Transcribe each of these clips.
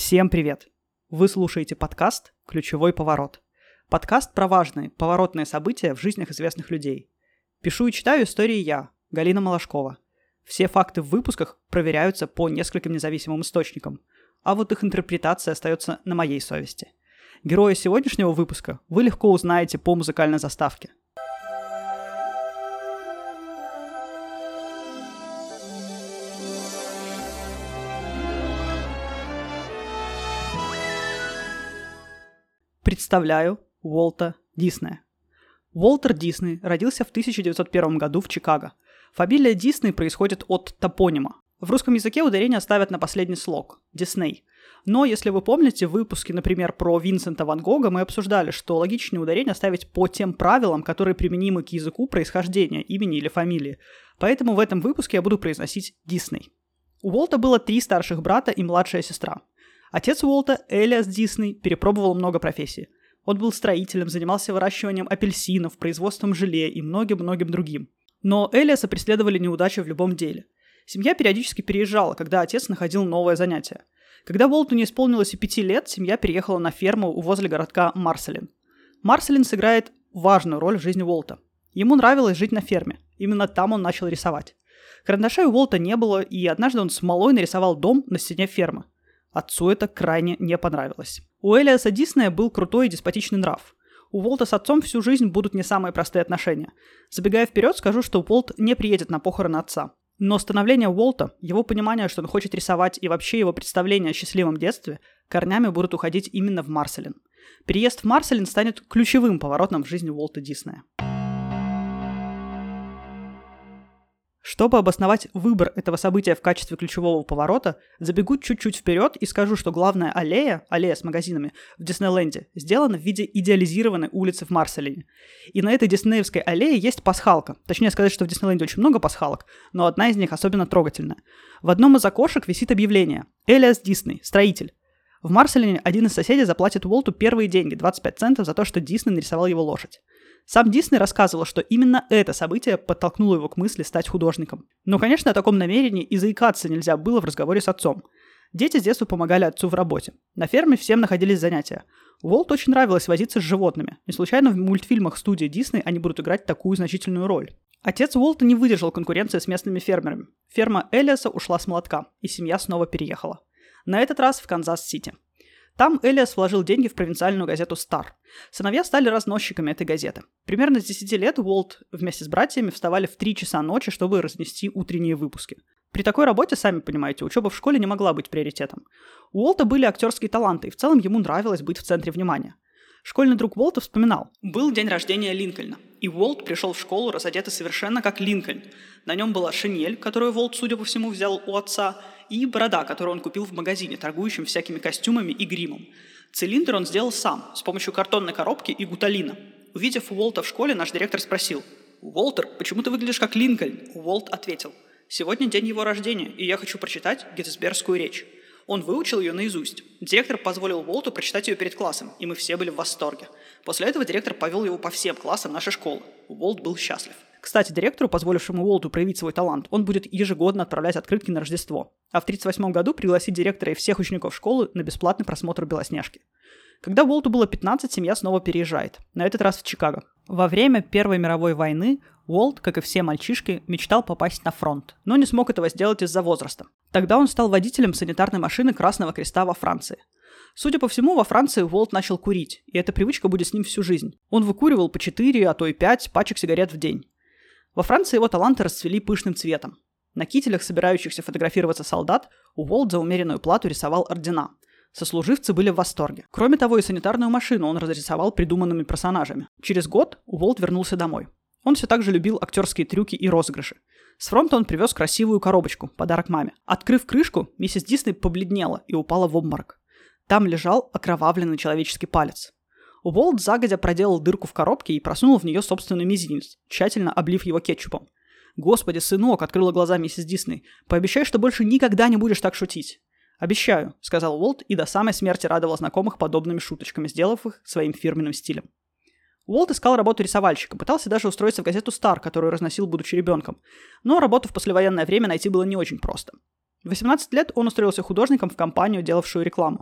Всем привет! Вы слушаете подкаст «Ключевой поворот». Подкаст про важные, поворотные события в жизнях известных людей. Пишу и читаю истории я, Галина Малашкова. Все факты в выпусках проверяются по нескольким независимым источникам, а вот их интерпретация остается на моей совести. Героя сегодняшнего выпуска вы легко узнаете по музыкальной заставке. Представляю Уолта Диснея. Уолтер Дисней родился в 1901 году в Чикаго. Фамилия Дисней происходит от топонима. В русском языке ударение ставят на последний слог – Дисней. Но, если вы помните, в выпуске, например, про Винсента Ван Гога мы обсуждали, что логичнее ударение ставить по тем правилам, которые применимы к языку происхождения имени или фамилии. Поэтому в этом выпуске я буду произносить Дисней. У Уолта было 3 старших брата и младшая сестра. Отец Уолта, Элиас Дисней, перепробовал много профессий. Он был строителем, занимался выращиванием апельсинов, производством желе и многим-многим другим. Но Элиаса преследовали неудачи в любом деле. Семья периодически переезжала, когда отец находил новое занятие. Когда Уолту не исполнилось и 5 лет, семья переехала на ферму возле городка Марселин. Марселин сыграет важную роль в жизни Уолта. Ему нравилось жить на ферме. Именно там он начал рисовать. Карандашей у Уолта не было, и однажды он смолой нарисовал дом на стене фермы. Отцу это крайне не понравилось. У Элиаса Диснея был крутой и деспотичный нрав. У Уолта с отцом всю жизнь будут не самые простые отношения. Забегая вперед, скажу, что Уолт не приедет на похороны отца. Но становление Уолта, его понимание, что он хочет рисовать, и вообще его представление о счастливом детстве, корнями будут уходить именно в Марселин. Переезд в Марселин станет ключевым поворотом в жизни Уолта Диснея. Чтобы обосновать выбор этого события в качестве ключевого поворота, забегу чуть-чуть вперед и скажу, что главная аллея с магазинами в Диснейленде, сделана в виде идеализированной улицы в Марселине. И на этой диснеевской аллее есть пасхалка. Точнее сказать, что в Диснейленде очень много пасхалок, но одна из них особенно трогательная. В одном из окошек висит объявление «Элиас Дисней, строитель». В Марселине один из соседей заплатит Уолту первые деньги, 25 центов, за то, что Дисней нарисовал его лошадь. Сам Дисней рассказывал, что именно это событие подтолкнуло его к мысли стать художником. Но, конечно, о таком намерении и заикаться нельзя было в разговоре с отцом. Дети с детства помогали отцу в работе. На ферме всем находились занятия. Уолту очень нравилось возиться с животными. Не случайно в мультфильмах студии Дисней они будут играть такую значительную роль. Отец Уолта не выдержал конкуренции с местными фермерами. Ферма Элиаса ушла с молотка, и семья снова переехала. На этот раз в Канзас-Сити. Там Элиас вложил деньги в провинциальную газету «Стар». Сыновья стали разносчиками этой газеты. Примерно с 10 лет Уолт вместе с братьями вставали в 3 часа ночи, чтобы разнести утренние выпуски. При такой работе, сами понимаете, учеба в школе не могла быть приоритетом. У Уолта были актерские таланты, и в целом ему нравилось быть в центре внимания. Школьный друг Уолта вспоминал. Был день рождения Линкольна, и Уолт пришел в школу разодетый совершенно как Линкольн. На нем была шинель, которую Уолт, судя по всему, взял у отца, и борода, которую он купил в магазине, торгующем всякими костюмами и гримом. Цилиндр он сделал сам, с помощью картонной коробки и гуталина. Увидев Уолта в школе, наш директор спросил: «Уолтер, почему ты выглядишь как Линкольн?» Уолт ответил: «Сегодня день его рождения, и я хочу прочитать геттисбергскую речь». Он выучил ее наизусть. Директор позволил Уолту прочитать ее перед классом, и мы все были в восторге. После этого директор повел его по всем классам нашей школы. Уолт был счастлив. Кстати, директору, позволившему Уолту проявить свой талант, он будет ежегодно отправлять открытки на Рождество. А в 1938 году пригласить директора и всех учеников школы на бесплатный просмотр «Белоснежки». Когда Уолту было 15, семья снова переезжает. На этот раз в Чикаго. Во время Первой мировой войны Уолт, как и все мальчишки, мечтал попасть на фронт, но не смог этого сделать из-за возраста. Тогда он стал водителем санитарной машины Красного Креста во Франции. Судя по всему, во Франции Уолт начал курить, и эта привычка будет с ним всю жизнь. Он выкуривал по 4, а то и 5 пачек сигарет в день. Во Франции его таланты расцвели пышным цветом. На кителях собирающихся фотографироваться солдат Уолт за умеренную плату рисовал ордена. Сослуживцы были в восторге. Кроме того, и санитарную машину он разрисовал придуманными персонажами. Через год Уолт вернулся домой. Он все так же любил актерские трюки и розыгрыши. С фронта он привез красивую коробочку, подарок маме. Открыв крышку, миссис Дисней побледнела и упала в обморок. Там лежал окровавленный человеческий палец. Уолт загодя проделал дырку в коробке и просунул в нее собственный мизинец, тщательно облив его кетчупом. «Господи, сынок!» — открыла глаза миссис Дисней. «Пообещай, что больше никогда не будешь так шутить». «Обещаю», — сказал Уолт и до самой смерти радовал знакомых подобными шуточками, сделав их своим фирменным стилем. Уолт искал работу рисовальщика, пытался даже устроиться в газету «Стар», которую разносил, будучи ребенком. Но работу в послевоенное время найти было не очень просто. В 18 лет он устроился художником в компанию, делавшую рекламу.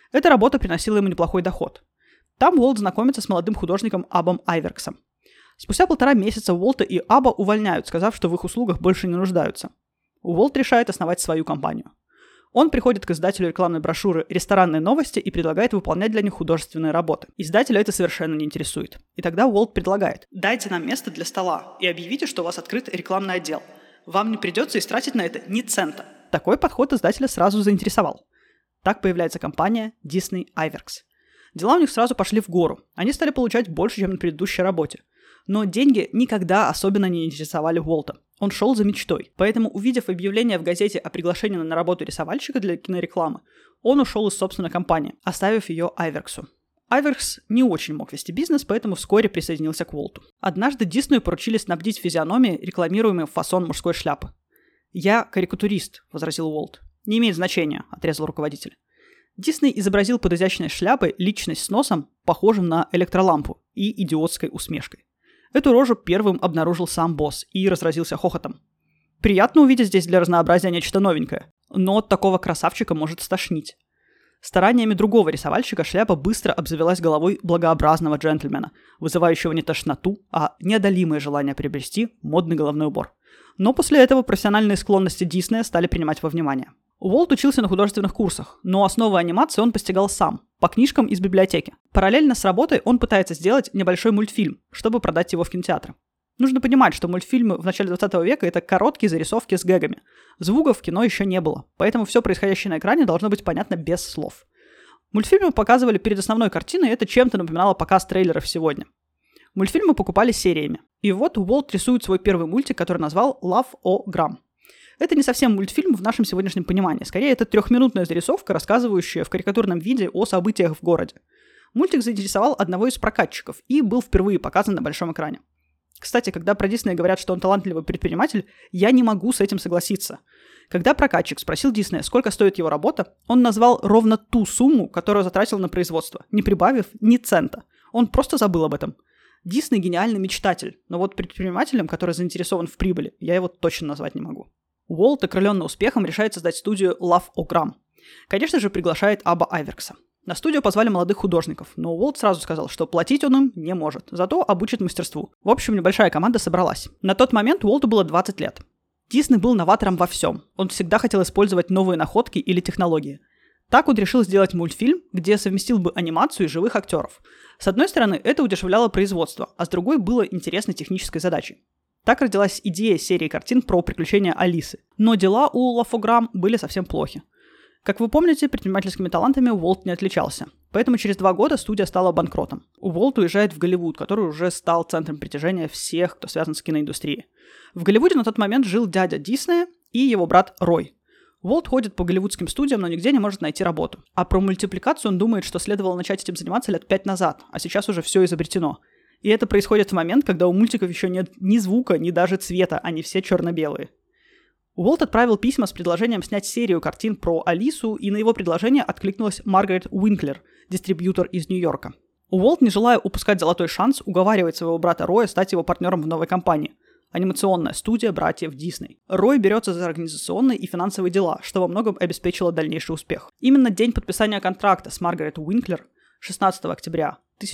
Эта работа приносила ему неплохой доход. Там Уолт знакомится с молодым художником Абом Айверксом. Спустя 1,5 месяца Уолта и Аба увольняют, сказав, что в их услугах больше не нуждаются. Уолт решает основать свою компанию. Он приходит к издателю рекламной брошюры «Ресторанные новости» и предлагает выполнять для них художественные работы. Издателя это совершенно не интересует. И тогда Уолт предлагает: «Дайте нам место для стола и объявите, что у вас открыт рекламный отдел. Вам не придется истратить на это ни цента». Такой подход издателя сразу заинтересовал. Так появляется компания Disney Iwerks. Дела у них сразу пошли в гору. Они стали получать больше, чем на предыдущей работе. Но деньги никогда особенно не интересовали Уолта. Он шел за мечтой. Поэтому, увидев объявление в газете о приглашении на работу рисовальщика для кинорекламы, он ушел из собственной компании, оставив ее Айверксу. Айверкс не очень мог вести бизнес, поэтому вскоре присоединился к Уолту. Однажды Диснею поручили снабдить физиономии рекламируемый фасон мужской шляпы. «Я карикатурист», — возразил Уолт. «Не имеет значения», — отрезал руководитель. Дисней изобразил под изящной шляпой личность с носом, похожим на электролампу, и идиотской усмешкой. Эту рожу первым обнаружил сам босс и разразился хохотом. Приятно увидеть здесь для разнообразия нечто новенькое, но от такого красавчика может стошнить. Стараниями другого рисовальщика шляпа быстро обзавелась головой благообразного джентльмена, вызывающего не тошноту, а неодолимое желание приобрести модный головной убор. Но после этого профессиональные склонности Диснея стали принимать во внимание. Уолт учился на художественных курсах, но основы анимации он постигал сам, по книжкам из библиотеки. Параллельно с работой он пытается сделать небольшой мультфильм, чтобы продать его в кинотеатры. Нужно понимать, что мультфильмы в начале 20 века — это короткие зарисовки с гэгами. Звуков в кино еще не было, поэтому все происходящее на экране должно быть понятно без слов. Мультфильмы показывали перед основной картиной, и это чем-то напоминало показ трейлеров сегодня. Мультфильмы покупали сериями. И вот Уолт рисует свой первый мультик, который назвал «Love-O-Gram». Это не совсем мультфильм в нашем сегодняшнем понимании. Скорее, это 3-минутная зарисовка, рассказывающая в карикатурном виде о событиях в городе. Мультик заинтересовал одного из прокатчиков и был впервые показан на большом экране. Кстати, когда про Диснея говорят, что он талантливый предприниматель, я не могу с этим согласиться. Когда прокатчик спросил Диснея, сколько стоит его работа, он назвал ровно ту сумму, которую затратил на производство, не прибавив ни цента. Он просто забыл об этом. Дисней гениальный мечтатель, но вот предпринимателем, который заинтересован в прибыли, я его точно назвать не могу. Уолт, окрыленный успехом, решает создать студию Love-O-Gram. Конечно же, приглашает Аба Айверкса. На студию позвали молодых художников, но Уолт сразу сказал, что платить он им не может, зато обучит мастерству. В общем, небольшая команда собралась. На тот момент Уолту было 20 лет. Дисней был новатором во всем. Он всегда хотел использовать новые находки или технологии. Так он решил сделать мультфильм, где совместил бы анимацию и живых актеров. С одной стороны, это удешевляло производство, а с другой было интересной технической задачей. Так родилась идея серии картин про приключения Алисы. Но дела у Love-O-Gram были совсем плохи. Как вы помните, предпринимательскими талантами Уолт не отличался. Поэтому через 2 года студия стала банкротом. Уолт уезжает в Голливуд, который уже стал центром притяжения всех, кто связан с киноиндустрией. В Голливуде на тот момент жил дядя Диснея и его брат Рой. Уолт ходит по голливудским студиям, но нигде не может найти работу. А про мультипликацию он думает, что следовало начать этим заниматься лет 5 назад, а сейчас уже все изобретено. И это происходит в момент, когда у мультиков еще нет ни звука, ни даже цвета, они все черно-белые. Уолт отправил письма с предложением снять серию картин про Алису, и на его предложение откликнулась Маргарет Уинклер, дистрибьютор из Нью-Йорка. Уолт, не желая упускать золотой шанс, уговаривает своего брата Роя стать его партнером в новой компании – анимационная студия братьев Дисней. Рой берется за организационные и финансовые дела, что во многом обеспечило дальнейший успех. Именно день подписания контракта с Маргарет Уинклер, 16 октября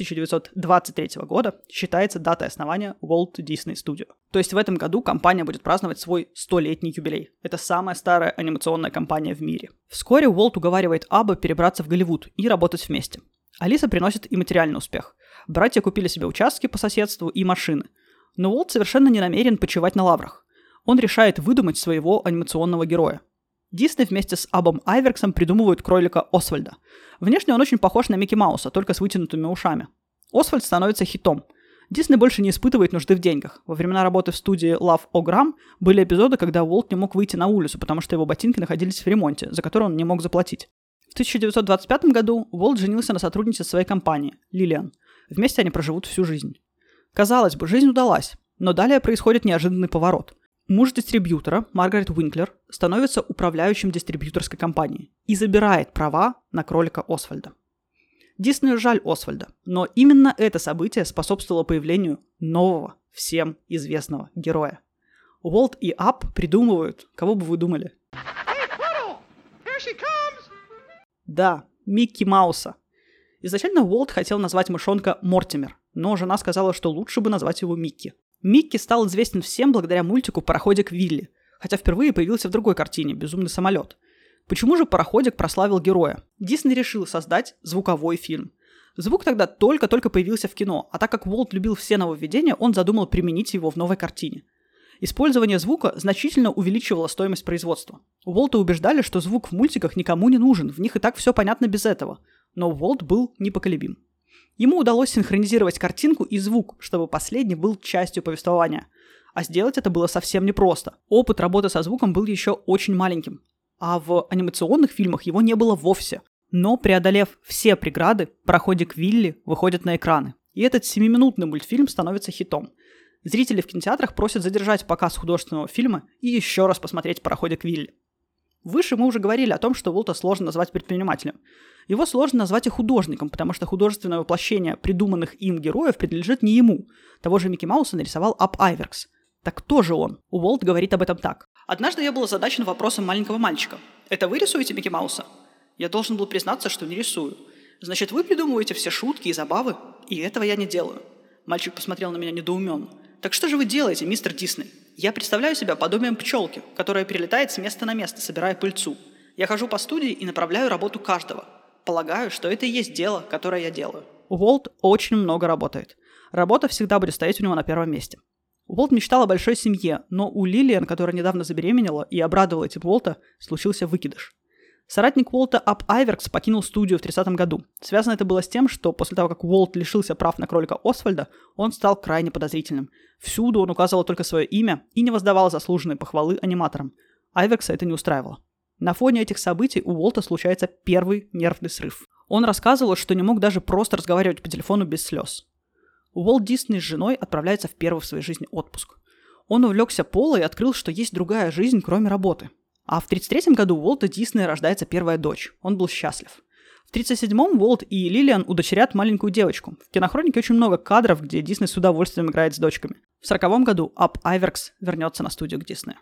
1923 года, считается датой основания Walt Disney Studio. То есть в этом году компания будет праздновать свой 100-летний юбилей. Это самая старая анимационная компания в мире. Вскоре Уолт уговаривает Аба перебраться в Голливуд и работать вместе. Алиса приносит и материальный успех. Братья купили себе участки по соседству и машины. Но Уолт совершенно не намерен почивать на лаврах. Он решает выдумать своего анимационного героя. Дисней вместе с Абом Айверксом придумывают кролика Освальда. Внешне он очень похож на Микки Мауса, только с вытянутыми ушами. Освальд становится хитом. Дисней больше не испытывает нужды в деньгах. Во времена работы в студии Love-O-Gram были эпизоды, когда Уолт не мог выйти на улицу, потому что его ботинки находились в ремонте, за который он не мог заплатить. В 1925 году Уолт женился на сотруднице своей компании, Лилиан. Вместе они проживут всю жизнь. Казалось бы, жизнь удалась, но далее происходит неожиданный поворот. Муж дистрибьютора, Маргарет Уинклер, становится управляющим дистрибьюторской компании и забирает права на кролика Освальда. Диснею жаль Освальда, но именно это событие способствовало появлению нового, всем известного героя. Уолт и Аб придумывают, кого бы вы думали? Hey, Poodle! Here she comes! Да, Микки Мауса. Изначально Уолт хотел назвать мышонка Мортимер, но жена сказала, что лучше бы назвать его Микки. Микки стал известен всем благодаря мультику «Пароходик Вилли», хотя впервые появился в другой картине «Безумный самолет». Почему же пароходик прославил героя? Дисней решил создать звуковой фильм. Звук тогда только-только появился в кино, а так как Уолт любил все нововведения, он задумал применить его в новой картине. Использование звука значительно увеличивало стоимость производства. Уолта убеждали, что звук в мультиках никому не нужен, в них и так все понятно без этого. Но Уолт был непоколебим. Ему удалось синхронизировать картинку и звук, чтобы последний был частью повествования. А сделать это было совсем непросто. Опыт работы со звуком был еще очень маленьким. А в анимационных фильмах его не было вовсе. Но, преодолев все преграды, «Пароходик Вилли» выходит на экраны. И этот 7-минутный мультфильм становится хитом. Зрители в кинотеатрах просят задержать показ художественного фильма и еще раз посмотреть «Пароходик Вилли». Выше мы уже говорили о том, что Уолта сложно назвать предпринимателем. Его сложно назвать и художником, потому что художественное воплощение придуманных им героев принадлежит не ему. Того же Микки Мауса нарисовал Ап Айверкс. Так кто же он? Уолт говорит об этом так. «Однажды я был озадачен вопросом маленького мальчика. Это вы рисуете Микки Мауса? Я должен был признаться, что не рисую. Значит, вы придумываете все шутки и забавы? И этого я не делаю». Мальчик посмотрел на меня недоуменно. «Так что же вы делаете, мистер Дисней? Я представляю себя подобием пчелки, которая перелетает с места на место, собирая пыльцу. Я хожу по студии и направляю работу каждого. Полагаю, что это и есть дело, которое я делаю». Уолт очень много работает. Работа всегда будет стоять у него на первом месте. Уолт мечтал о большой семье, но у Лилиан, которая недавно забеременела и обрадовала этим Уолта, случился выкидыш. Соратник Уолта Ап Айверкс покинул студию в 30-м году. Связано это было с тем, что после того, как Уолт лишился прав на кролика Освальда, он стал крайне подозрительным. Всюду он указывал только свое имя и не воздавал заслуженные похвалы аниматорам. Айверкса это не устраивало. На фоне этих событий у Уолта случается первый нервный срыв. Он рассказывал, что не мог даже просто разговаривать по телефону без слез. Уолт Дисней с женой отправляется в первый в своей жизни отпуск. Он увлекся поло и открыл, что есть другая жизнь, кроме работы. А в 1933 году у Уолта Диснея рождается первая дочь. Он был счастлив. В 1937-м Уолт и Лилиан удочерят маленькую девочку. В кинохронике очень много кадров, где Дисней с удовольствием играет с дочками. В 1940 году Ап Айверкс вернется на студию к Диснею.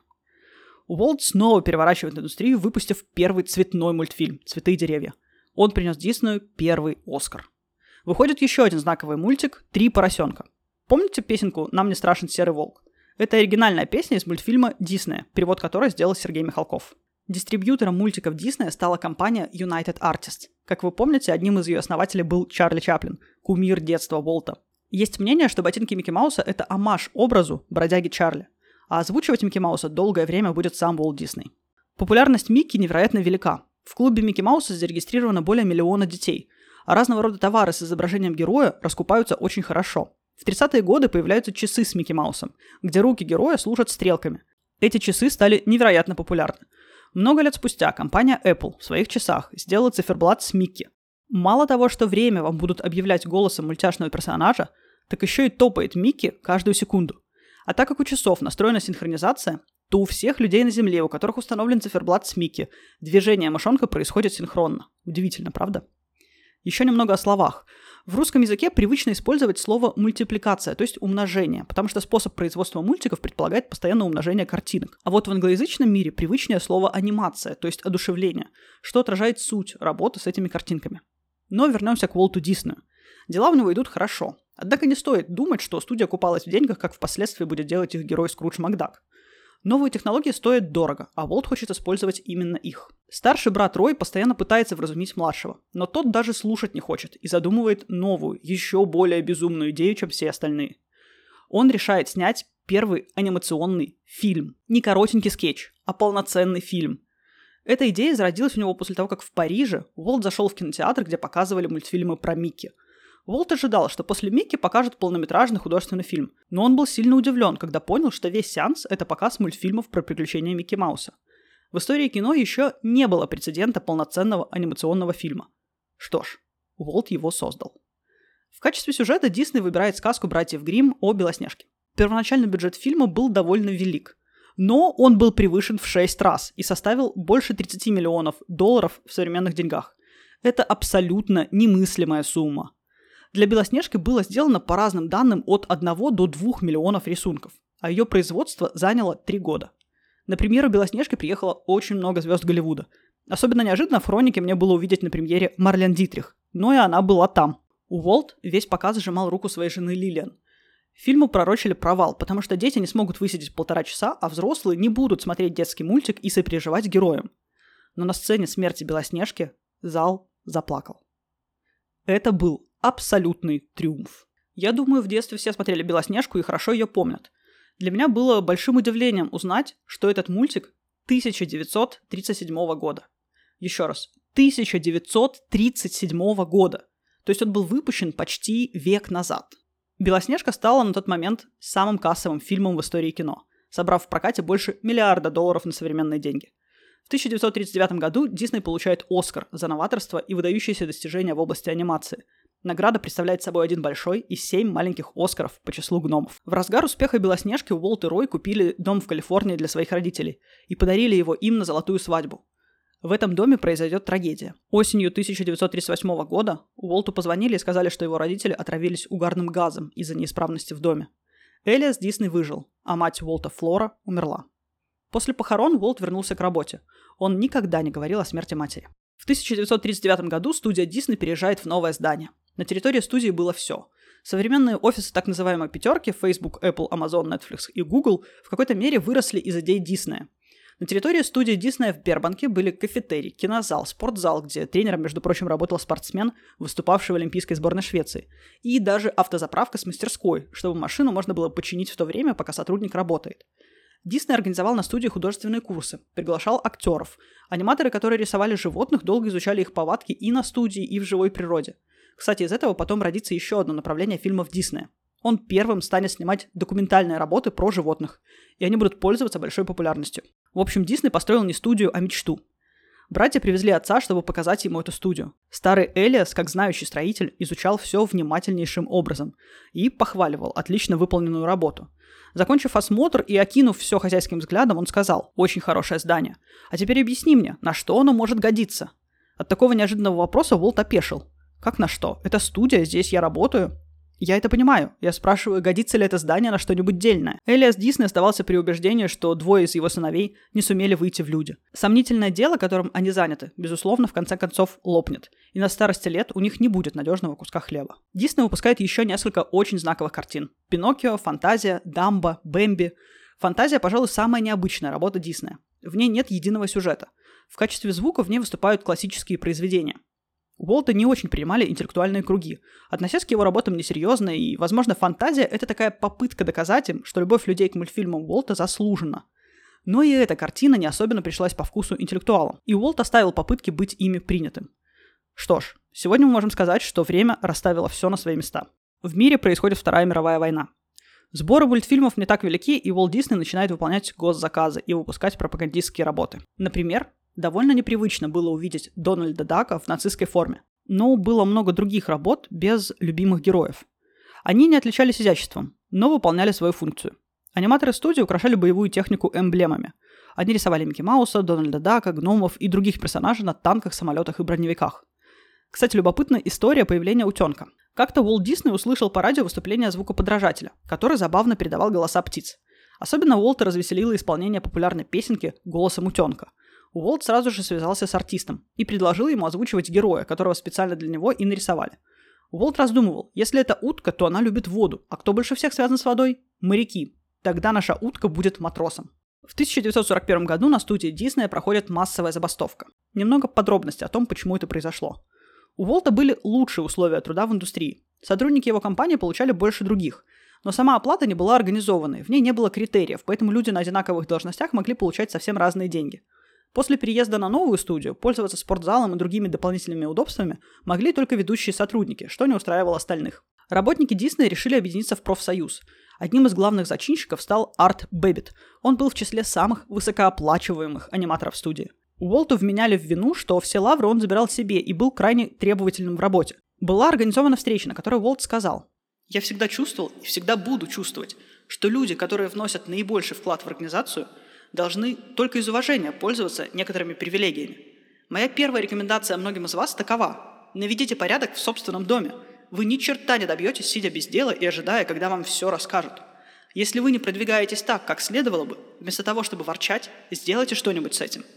Уолт снова переворачивает индустрию, выпустив первый цветной мультфильм «Цветы и деревья». Он принес Диснею первый Оскар. Выходит еще один знаковый мультик «Три поросенка». Помните песенку «Нам не страшен серый волк»? Это оригинальная песня из мультфильма «Диснея», перевод которой сделал Сергей Михалков. Дистрибьютором мультиков Диснея стала компания United Artists. Как вы помните, одним из ее основателей был Чарли Чаплин, кумир детства Уолта. Есть мнение, что ботинки Микки Мауса – это оммаж образу бродяги Чарли, а озвучивать Микки Мауса долгое время будет сам Уолт Дисней. Популярность Микки невероятно велика. В клубе Микки Мауса зарегистрировано более 1 миллиона детей, а разного рода товары с изображением героя раскупаются очень хорошо. В 30-е годы появляются часы с Микки Маусом, где руки героя служат стрелками. Эти часы стали невероятно популярны. Много лет спустя компания Apple в своих часах сделала циферблат с Микки. Мало того, что время вам будут объявлять голосом мультяшного персонажа, так еще и топает Микки каждую секунду. А так как у часов настроена синхронизация, то у всех людей на Земле, у которых установлен циферблат с Микки, движение мышонка происходит синхронно. Удивительно, правда? Еще немного о словах. В русском языке привычно использовать слово «мультипликация», то есть умножение, потому что способ производства мультиков предполагает постоянное умножение картинок. А вот в англоязычном мире привычнее слово «анимация», то есть одушевление, что отражает суть работы с этими картинками. Но вернемся к Уолту Диснею. Дела у него идут хорошо. Однако не стоит думать, что студия купалась в деньгах, как впоследствии будет делать их герой Скрудж Макдак. Новые технологии стоят дорого, а Уолт хочет использовать именно их. Старший брат Рой постоянно пытается вразумить младшего, но тот даже слушать не хочет и задумывает новую, еще более безумную идею, чем все остальные. Он решает снять первый анимационный фильм. Не коротенький скетч, а полноценный фильм. Эта идея зародилась у него после того, как в Париже Уолт зашел в кинотеатр, где показывали мультфильмы про Микки. Уолт ожидал, что после Микки покажут полнометражный художественный фильм, но он был сильно удивлен, когда понял, что весь сеанс – это показ мультфильмов про приключения Микки Мауса. В истории кино еще не было прецедента полноценного анимационного фильма. Что ж, Уолт его создал. В качестве сюжета Дисней выбирает сказку братьев Гримм о Белоснежке. Первоначальный бюджет фильма был довольно велик, но он был превышен в 6 раз и составил больше $30 миллионов в современных деньгах. Это абсолютно немыслимая сумма. Для Белоснежки было сделано по разным данным от 1 до 2 миллионов рисунков, а ее производство заняло 3 года. На премьеру Белоснежки приехало очень много звезд Голливуда. Особенно неожиданно в «Хронике» мне было увидеть на премьере Марлен Дитрих, но и она была там. Уолт весь показ сжимал руку своей жены Лилиан. Фильму пророчили провал, потому что дети не смогут высидеть 1,5 часа, а взрослые не будут смотреть детский мультик и сопереживать героям. Но на сцене смерти Белоснежки зал заплакал. Это был абсолютный триумф. Я думаю, в детстве все смотрели «Белоснежку» и хорошо ее помнят. Для меня было большим удивлением узнать, что этот мультик 1937 года. Еще раз, 1937 года. То есть он был выпущен почти век назад. «Белоснежка» стала на тот момент самым кассовым фильмом в истории кино, собрав в прокате больше $1 миллиарда на современные деньги. В 1939 году Дисней получает «Оскар» за новаторство и выдающиеся достижения в области анимации. Награда представляет собой один большой и 7 маленьких «Оскаров» по числу гномов. В разгар успеха «Белоснежки» Уолт и Рой купили дом в Калифорнии для своих родителей и подарили его им на золотую свадьбу. В этом доме произойдет трагедия. Осенью 1938 года Уолту позвонили и сказали, что его родители отравились угарным газом из-за неисправности в доме. Элиас Дисней выжил, а мать Уолта, Флора, умерла. После похорон Уолт вернулся к работе. Он никогда не говорил о смерти матери. В 1939 году студия Дисней переезжает в новое здание. На территории студии было все. Современные офисы так называемой пятерки Facebook, Apple, Amazon, Netflix и Google в какой-то мере выросли из идей Диснея. На территории студии Диснея в Бербанке были кафетерий, кинозал, спортзал, где тренером, между прочим, работал спортсмен, выступавший в олимпийской сборной Швеции, и даже автозаправка с мастерской, чтобы машину можно было починить в то время, пока сотрудник работает. Дисней организовал на студии художественные курсы, приглашал актеров. Аниматоры, которые рисовали животных, долго изучали их повадки и на студии, и в живой природе. Кстати, из этого потом родится еще одно направление фильмов Диснея. Он первым станет снимать документальные работы про животных, и они будут пользоваться большой популярностью. В общем, Дисней построил не студию, а мечту. Братья привезли отца, чтобы показать ему эту студию. Старый Элиас, как знающий строитель, изучал все внимательнейшим образом и похваливал отлично выполненную работу. Закончив осмотр и окинув все хозяйским взглядом, он сказал: «Очень хорошее здание. А теперь объясни мне, на что оно может годиться?» От такого неожиданного вопроса Уолт опешил. «Как на что? Это студия, здесь я работаю». «Я это понимаю. Я спрашиваю, годится ли это здание на что-нибудь дельное». Элиас Дисней оставался при убеждении, что двое из его сыновей не сумели выйти в люди. Сомнительное дело, которым они заняты, безусловно, в конце концов лопнет, и на старости лет у них не будет надежного куска хлеба. Дисней выпускает еще несколько очень знаковых картин. «Пиноккио», «Фантазия», «Дамбо», «Бэмби». «Фантазия», пожалуй, самая необычная работа Диснея. В ней нет единого сюжета. В качестве звука в ней выступают классические произведения. Уолта не очень принимали интеллектуальные круги, относясь к его работам несерьезно, и, возможно, «Фантазия» — это такая попытка доказать им, что любовь людей к мультфильмам Уолта заслужена. Но и эта картина не особенно пришлась по вкусу интеллектуалам, и Уолт оставил попытки быть ими принятым. Что ж, сегодня мы можем сказать, что время расставило все на свои места. В мире происходит Вторая мировая война. Сборы мультфильмов не так велики, и Уолт Дисней начинает выполнять госзаказы и выпускать пропагандистские работы. Например, довольно непривычно было увидеть Дональда Дака в нацистской форме. Но было много других работ без любимых героев. Они не отличались изяществом, но выполняли свою функцию. Аниматоры студии украшали боевую технику эмблемами. Они рисовали Микки Мауса, Дональда Дака, гномов и других персонажей на танках, самолетах и броневиках. Кстати, любопытна история появления утенка. Как-то Уолт Дисней услышал по радио выступление звукоподражателя, который забавно передавал голоса птиц. Особенно Уолта развеселило исполнение популярной песенки голосом утенка. Уолт сразу же связался с артистом и предложил ему озвучивать героя, которого специально для него и нарисовали. Уолт раздумывал: если это утка, то она любит воду, а кто больше всех связан с водой? Моряки. Тогда наша утка будет матросом. В 1941 году на студии Диснея проходит массовая забастовка. Немного подробностей о том, почему это произошло. У Уолта были лучшие условия труда в индустрии. Сотрудники его компании получали больше других. Но сама оплата не была организованной, в ней не было критериев, поэтому люди на одинаковых должностях могли получать совсем разные деньги. После переезда на новую студию пользоваться спортзалом и другими дополнительными удобствами могли только ведущие сотрудники, что не устраивало остальных. Работники Диснея решили объединиться в профсоюз. Одним из главных зачинщиков стал Арт Бэббит. Он был в числе самых высокооплачиваемых аниматоров студии. Уолту вменяли в вину, что все лавры он забирал себе и был крайне требовательным в работе. Была организована встреча, на которой Уолт сказал: «Я всегда чувствовал и всегда буду чувствовать, что люди, которые вносят наибольший вклад в организацию, должны только из уважения пользоваться некоторыми привилегиями. Моя первая рекомендация многим из вас такова: наведите порядок в собственном доме. Вы ни черта не добьетесь, сидя без дела и ожидая, когда вам все расскажут. Если вы не продвигаетесь так, как следовало бы, вместо того, чтобы ворчать, сделайте что-нибудь с этим».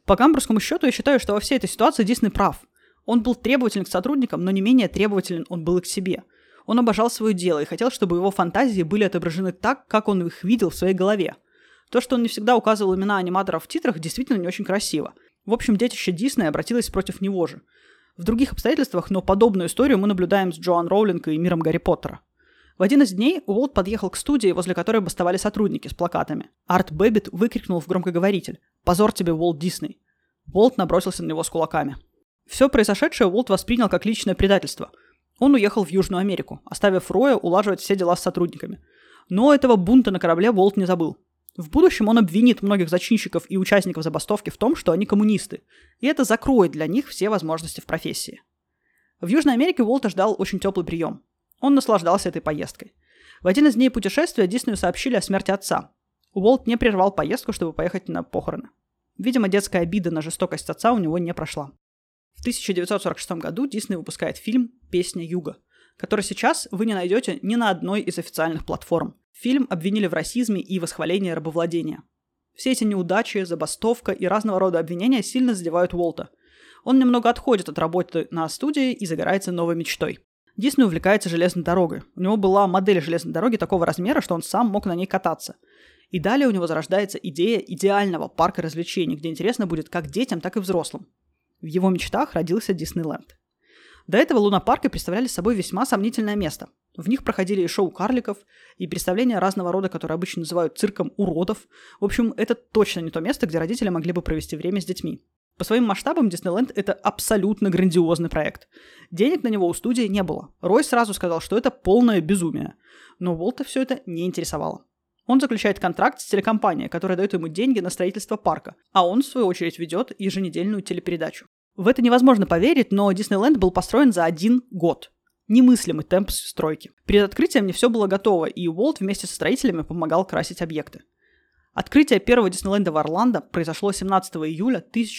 По гамбургскому счету я считаю, что во всей этой ситуации Дисней прав. Он был требователен к сотрудникам, но не менее требователен он был и к себе. Он обожал свое дело и хотел, чтобы его фантазии были отображены так, как он их видел в своей голове. То, что он не всегда указывал имена аниматоров в титрах, действительно не очень красиво. В общем, детище Дисней обратилось против него же. В других обстоятельствах, но подобную историю мы наблюдаем с Джоан Роулинг и миром Гарри Поттера. В один из дней Уолт подъехал к студии, возле которой бастовали сотрудники с плакатами. Арт Бэббит выкрикнул в громкоговоритель: «Позор тебе, Уолт Дисней!». Уолт набросился на него с кулаками. Все произошедшее Уолт воспринял как личное предательство. Он уехал в Южную Америку, оставив Роя улаживать все дела с сотрудниками. Но этого бунта на корабле Уолт не забыл. В будущем он обвинит многих зачинщиков и участников забастовки в том, что они коммунисты, и это закроет для них все возможности в профессии. В Южной Америке Уолта ждал очень теплый прием. Он наслаждался этой поездкой. В один из дней путешествия Диснею сообщили о смерти отца. Уолт не прервал поездку, чтобы поехать на похороны. Видимо, детская обида на жестокость отца у него не прошла. В 1946 году Дисней выпускает фильм «Песня Юга», который сейчас вы не найдете ни на одной из официальных платформ. Фильм обвинили в расизме и восхвалении рабовладения. Все эти неудачи, забастовка и разного рода обвинения сильно задевают Уолта. Он немного отходит от работы на студии и загорается новой мечтой. Дисней увлекается железной дорогой. У него была модель железной дороги такого размера, что он сам мог на ней кататься. И далее у него зарождается идея идеального парка развлечений, где интересно будет как детям, так и взрослым. В его мечтах родился Диснейленд. До этого лунопарки представляли собой весьма сомнительное место. В них проходили и шоу карликов, и представления разного рода, которые обычно называют цирком уродов. В общем, это точно не то место, где родители могли бы провести время с детьми. По своим масштабам Диснейленд – это абсолютно грандиозный проект. Денег на него у студии не было. Рой сразу сказал, что это полное безумие. Но Уолта все это не интересовало. Он заключает контракт с телекомпанией, которая дает ему деньги на строительство парка, а он, в свою очередь, ведет еженедельную телепередачу. В это невозможно поверить, но Диснейленд был построен за 1 год. Немыслимый темп стройки. Перед открытием не все было готово, и Уолт вместе со строителями помогал красить объекты. Открытие первого Диснейленда в Орландо произошло 17 июля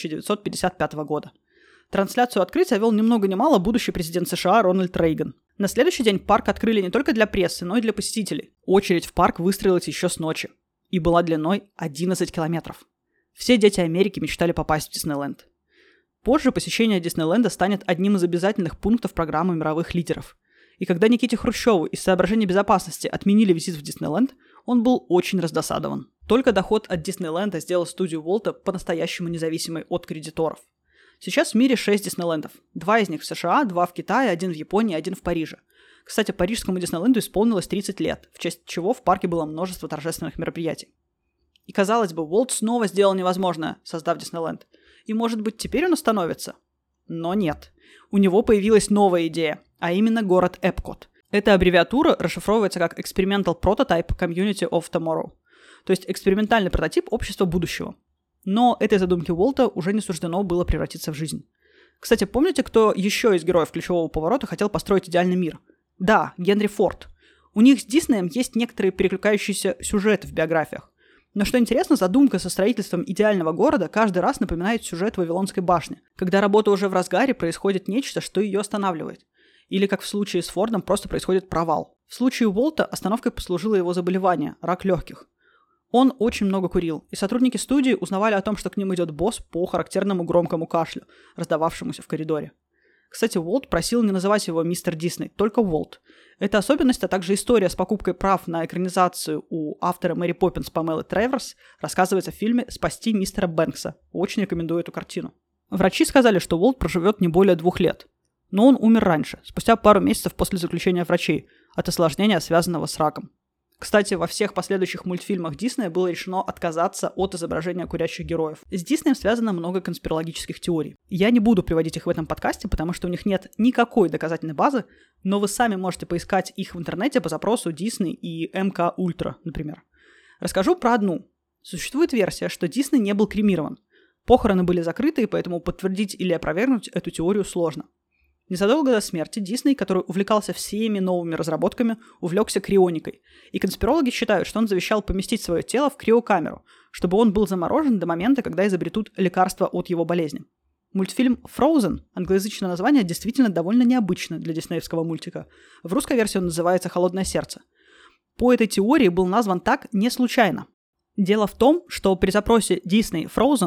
1955 года. Трансляцию открытия вел ни много ни мало будущий президент США Рональд Рейган. На следующий день парк открыли не только для прессы, но и для посетителей. Очередь в парк выстроилась еще с ночи и была длиной 11 километров. Все дети Америки мечтали попасть в Диснейленд. Позже посещение Диснейленда станет одним из обязательных пунктов программы мировых лидеров. И когда Никите Хрущеву из соображений безопасности отменили визит в Диснейленд, он был очень раздосадован. Только доход от Диснейленда сделал студию Уолта по-настоящему независимой от кредиторов. Сейчас в мире 6 Диснейлендов. 2 из них в США, 2 в Китае, 1 в Японии, 1 в Париже. Кстати, парижскому Диснейленду исполнилось 30 лет, в честь чего в парке было множество торжественных мероприятий. И казалось бы, Уолт снова сделал невозможное, создав Диснейленд. И может быть теперь он остановится? Но нет. У него появилась новая идея, а именно город Эпкот. Эта аббревиатура расшифровывается как Experimental Prototype Community of Tomorrow, то есть экспериментальный прототип общества будущего. Но этой задумке Уолта уже не суждено было превратиться в жизнь. Кстати, помните, кто еще из героев ключевого поворота хотел построить идеальный мир? Да, Генри Форд. У них с Диснеем есть некоторые перекликающиеся сюжеты в биографиях. Но что интересно, задумка со строительством идеального города каждый раз напоминает сюжет Вавилонской башни, когда работа уже в разгаре, происходит нечто, что ее останавливает. Или, как в случае с Фордом, просто происходит провал. В случае Уолта остановкой послужило его заболевание – рак легких. Он очень много курил, и сотрудники студии узнавали о том, что к ним идет босс по характерному громкому кашлю, раздававшемуся в коридоре. Кстати, Уолт просил не называть его мистер Дисней, только Уолт. Эта особенность, а также история с покупкой прав на экранизацию у автора Мэри Поппинс Памелы Треворс рассказывается в фильме «Спасти мистера Бэнкса». Очень рекомендую эту картину. Врачи сказали, что Уолт проживет не более 2 лет. Но он умер раньше, спустя пару месяцев после заключения врачей, от осложнения, связанного с раком. Кстати, во всех последующих мультфильмах Диснея было решено отказаться от изображения курящих героев. С Диснеем связано много конспирологических теорий. Я не буду приводить их в этом подкасте, потому что у них нет никакой доказательной базы, но вы сами можете поискать их в интернете по запросу Disney и МК Ультра, например. Расскажу про одну. Существует версия, что Дисней не был кремирован. Похороны были закрыты, и поэтому подтвердить или опровергнуть эту теорию сложно. Незадолго до смерти Дисней, который увлекался всеми новыми разработками, увлекся крионикой. И конспирологи считают, что он завещал поместить свое тело в криокамеру, чтобы он был заморожен до момента, когда изобретут лекарство от его болезни. Мультфильм Frozen, англоязычное название, действительно довольно необычно для диснеевского мультика. В русской версии он называется «Холодное сердце». По этой теории был назван так не случайно. Дело в том, что при запросе Disney Frozen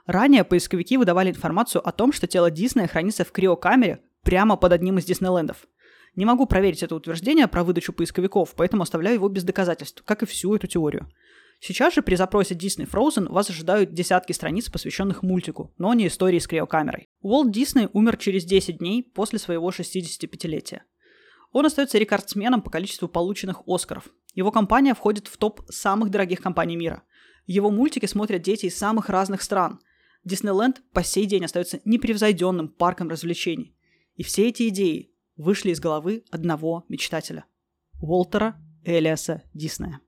Ранее поисковики выдавали информацию о том, что тело Диснея хранится в криокамере прямо под одним из Диснейлендов. Не могу проверить это утверждение про выдачу поисковиков, поэтому оставляю его без доказательств, как и всю эту теорию. Сейчас же при запросе Disney Frozen вас ожидают десятки страниц, посвященных мультику, но не истории с криокамерой. Уолт Дисней умер через 10 дней после своего 65-летия. Он остается рекордсменом по количеству полученных Оскаров. Его компания входит в топ самых дорогих компаний мира. Его мультики смотрят дети из самых разных стран. Диснейленд по сей день остается непревзойденным парком развлечений. И все эти идеи вышли из головы одного мечтателя – Уолтера Элиаса Диснея.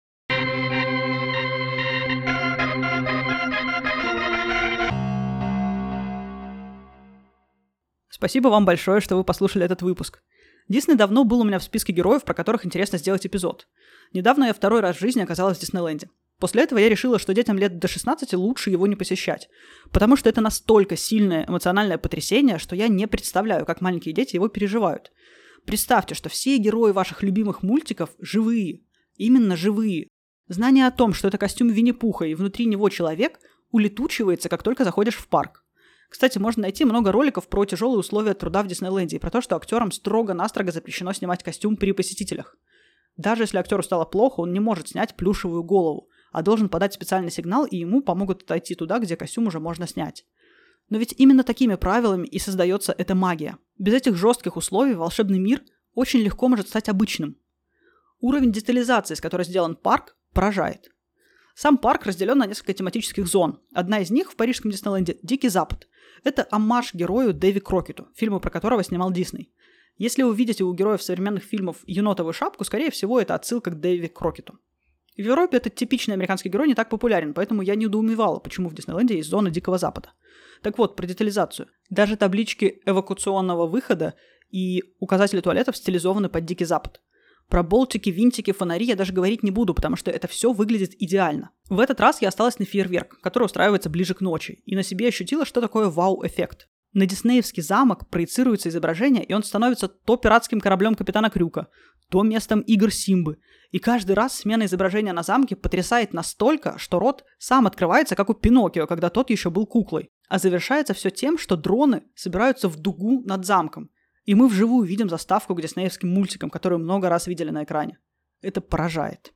Спасибо вам большое, что вы послушали этот выпуск. Дисней давно был у меня в списке героев, про которых интересно сделать эпизод. Недавно я второй раз в жизни оказалась в Диснейленде. После этого я решила, что детям лет до 16 лучше его не посещать, потому что это настолько сильное эмоциональное потрясение, что я не представляю, как маленькие дети его переживают. Представьте, что все герои ваших любимых мультиков живые, именно живые. Знание о том, что это костюм Винни-Пуха и внутри него человек, улетучивается, как только заходишь в парк. Кстати, можно найти много роликов про тяжелые условия труда в Диснейленде и про то, что актерам строго-настрого запрещено снимать костюм при посетителях. Даже если актеру стало плохо, он не может снять плюшевую голову, а должен подать специальный сигнал, и ему помогут отойти туда, где костюм уже можно снять. Но ведь именно такими правилами и создается эта магия. Без этих жестких условий волшебный мир очень легко может стать обычным. Уровень детализации, с которой сделан парк, поражает. Сам парк разделен на несколько тематических зон. Одна из них в парижском Диснейленде – Дикий Запад. Это оммаж герою Дэви Крокету, фильму про которого снимал Дисней. Если вы видите у героев современных фильмов енотовую шапку, скорее всего, это отсылка к Дэви Крокету. В Европе этот типичный американский герой не так популярен, поэтому я недоумевала, почему в Диснейленде есть зона Дикого Запада. Так вот, про детализацию. Даже таблички эвакуационного выхода и указатели туалетов стилизованы под Дикий Запад. Про болтики, винтики, фонари я даже говорить не буду, потому что это все выглядит идеально. В этот раз я осталась на фейерверк, который устраивается ближе к ночи, и на себе ощутила, что такое вау-эффект. На диснеевский замок проецируется изображение, и он становится то пиратским кораблем Капитана Крюка, то местом игр Симбы. И каждый раз смена изображения на замке потрясает настолько, что рот сам открывается, как у Пиноккио, когда тот еще был куклой. А завершается все тем, что дроны собираются в дугу над замком. И мы вживую видим заставку к диснеевским мультикам, которую много раз видели на экране. Это поражает.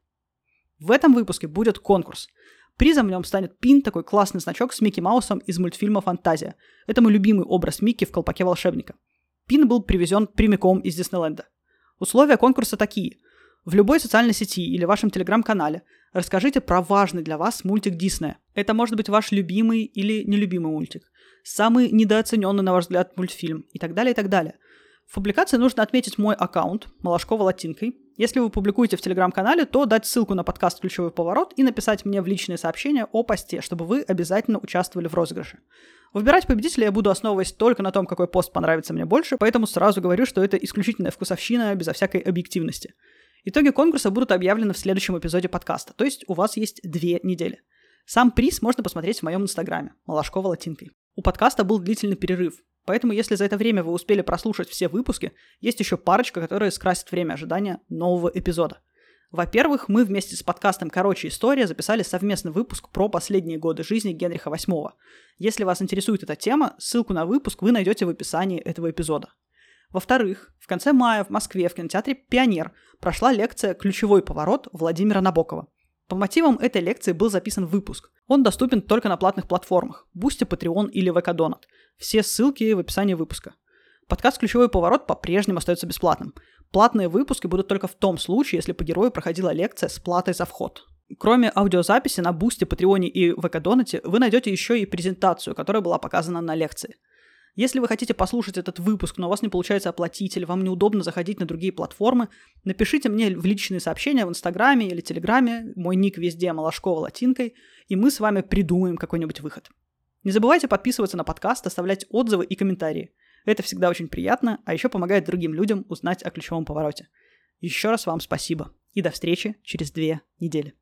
В этом выпуске будет конкурс. Призом в нем станет пин, такой классный значок с Микки Маусом из мультфильма «Фантазия». Это мой любимый образ Микки в колпаке волшебника. Пин был привезен прямиком из Диснейленда. Условия конкурса такие. В любой социальной сети или вашем телеграм-канале расскажите про важный для вас мультик Диснея. Это может быть ваш любимый или нелюбимый мультик, самый недооцененный, на ваш взгляд, мультфильм и так далее, и так далее. В публикации нужно отметить мой аккаунт, Малашкова латинкой. Если вы публикуете в телеграм-канале, то дать ссылку на подкаст «Ключевой поворот» и написать мне в личные сообщения о посте, чтобы вы обязательно участвовали в розыгрыше. Выбирать победителя я буду, основываясь только на том, какой пост понравится мне больше, поэтому сразу говорю, что это исключительная вкусовщина безо всякой объективности. Итоги конкурса будут объявлены в следующем эпизоде подкаста, то есть у вас есть 2 недели. Сам приз можно посмотреть в моем инстаграме, Малашкова латинкой. У подкаста был длительный перерыв, поэтому если за это время вы успели прослушать все выпуски, есть еще парочка, которые скрасят время ожидания нового эпизода. Во-первых, мы вместе с подкастом «Короче, история» записали совместный выпуск про последние годы жизни Генриха VIII. Если вас интересует эта тема, ссылку на выпуск вы найдете в описании этого эпизода. Во-вторых, в конце мая в Москве в кинотеатре «Пионер» прошла лекция «Ключевой поворот» Владимира Набокова. По мотивам этой лекции был записан выпуск. Он доступен только на платных платформах – Boosty, Patreon или VK Donut. Все ссылки в описании выпуска. Подкаст «Ключевой поворот» по-прежнему остается бесплатным. Платные выпуски будут только в том случае, если по герою проходила лекция с платой за вход. Кроме аудиозаписи на Boosty, Patreon и VK Donut вы найдете еще и презентацию, которая была показана на лекции. Если вы хотите послушать этот выпуск, но у вас не получается оплатить или вам неудобно заходить на другие платформы, напишите мне в личные сообщения в Инстаграме или Телеграме, мой ник везде Малашкова латинкой, и мы с вами придумаем какой-нибудь выход. Не забывайте подписываться на подкаст, оставлять отзывы и комментарии. Это всегда очень приятно, а еще помогает другим людям узнать о ключевом повороте. Еще раз вам спасибо и до встречи через 2 недели.